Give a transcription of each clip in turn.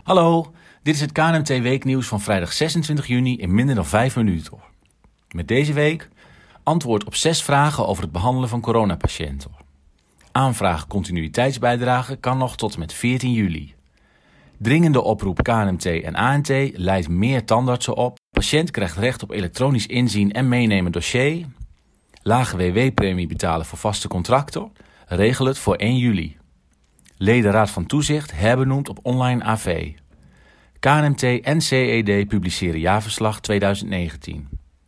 Hallo, dit is het KNMT Weeknieuws van vrijdag 26 juni in minder dan 5 minuten. Met deze week antwoord op 6 vragen over het behandelen van coronapatiënten. Aanvraag continuïteitsbijdrage kan nog tot en met 14 juli. Dringende oproep KNMT en ANT leidt meer tandartsen op. Patiënt krijgt recht op elektronisch inzien en meenemen dossier. Lage WW-premie betalen voor vaste contracten. Regel het voor 1 juli. Ledenraad van Toezicht herbenoemd op online AV. KNMT en CED publiceren jaarverslag 2019.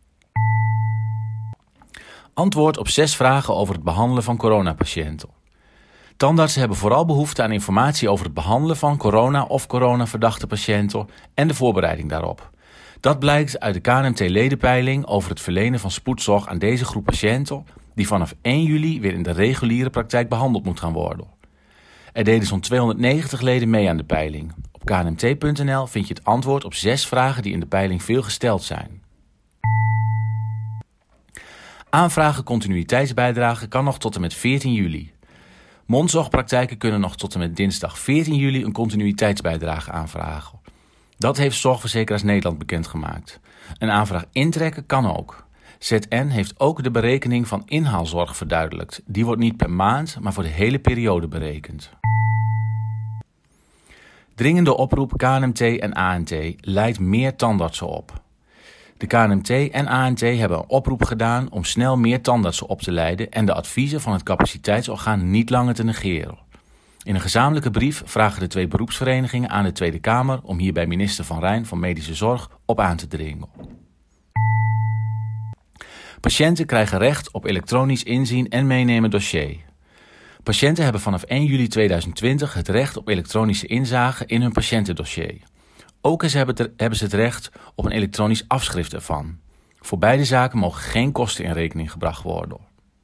Antwoord op 6 vragen over het behandelen van coronapatiënten. Tandartsen hebben vooral behoefte aan informatie over het behandelen van corona of coronaverdachte patiënten en de voorbereiding daarop. Dat blijkt uit de KNMT-ledenpeiling over het verlenen van spoedzorg aan deze groep patiënten die vanaf 1 juli weer in de reguliere praktijk behandeld moet gaan worden. Er deden zo'n 290 leden mee aan de peiling. Op knmt.nl vind je het antwoord op 6 vragen die in de peiling veel gesteld zijn. Aanvragen continuïteitsbijdrage kan nog tot en met 14 juli. Mondzorgpraktijken kunnen nog tot en met dinsdag 14 juli een continuïteitsbijdrage aanvragen. Dat heeft Zorgverzekeraars Nederland bekendgemaakt. Een aanvraag intrekken kan ook. ZN heeft ook de berekening van inhaalzorg verduidelijkt. Die wordt niet per maand, maar voor de hele periode berekend. Dringende oproep KNMT en ANT leidt meer tandartsen op. De KNMT en ANT hebben een oproep gedaan om snel meer tandartsen op te leiden en de adviezen van het capaciteitsorgaan niet langer te negeren. In een gezamenlijke brief vragen de 2 beroepsverenigingen aan de Tweede Kamer om hier bij minister Van Rijn van Medische Zorg op aan te dringen. Patiënten krijgen recht op elektronisch inzien en meenemen dossier. Patiënten hebben vanaf 1 juli 2020 het recht op elektronische inzage in hun patiëntendossier. Ook hebben ze het recht op een elektronisch afschrift ervan. Voor beide zaken mogen geen kosten in rekening gebracht worden.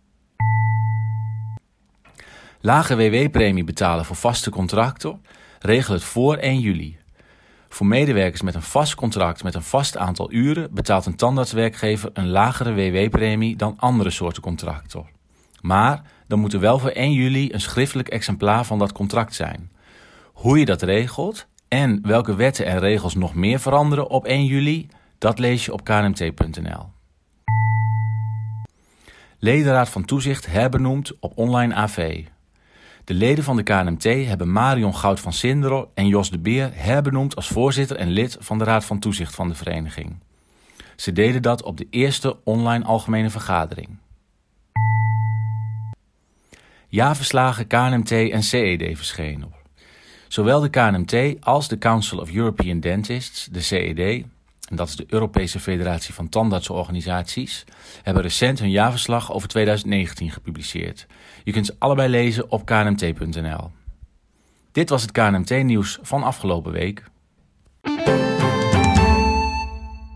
Lage WW-premie betalen voor vaste contracten. Regel het voor 1 juli. Voor medewerkers met een vast contract met een vast aantal uren betaalt een tandartswerkgever een lagere WW-premie dan andere soorten contracten. Maar dan moet er wel voor 1 juli een schriftelijk exemplaar van dat contract zijn. Hoe je dat regelt en welke wetten en regels nog meer veranderen op 1 juli, dat lees je op knmt.nl. Ledenraad van Toezicht herbenoemd op online AV. De leden van de KNMT hebben Marion Goud van Sinderen en Jos de Beer herbenoemd als voorzitter en lid van de Raad van Toezicht van de vereniging. Ze deden dat op de eerste online algemene vergadering. Jaarverslagen KNMT en CED verschenen. Zowel de KNMT als de Council of European Dentists, de CED, en dat is de Europese Federatie van Tandartsenorganisaties, hebben recent hun jaarverslag over 2019 gepubliceerd. Je kunt ze allebei lezen op knmt.nl. Dit was het KNMT-nieuws van afgelopen week.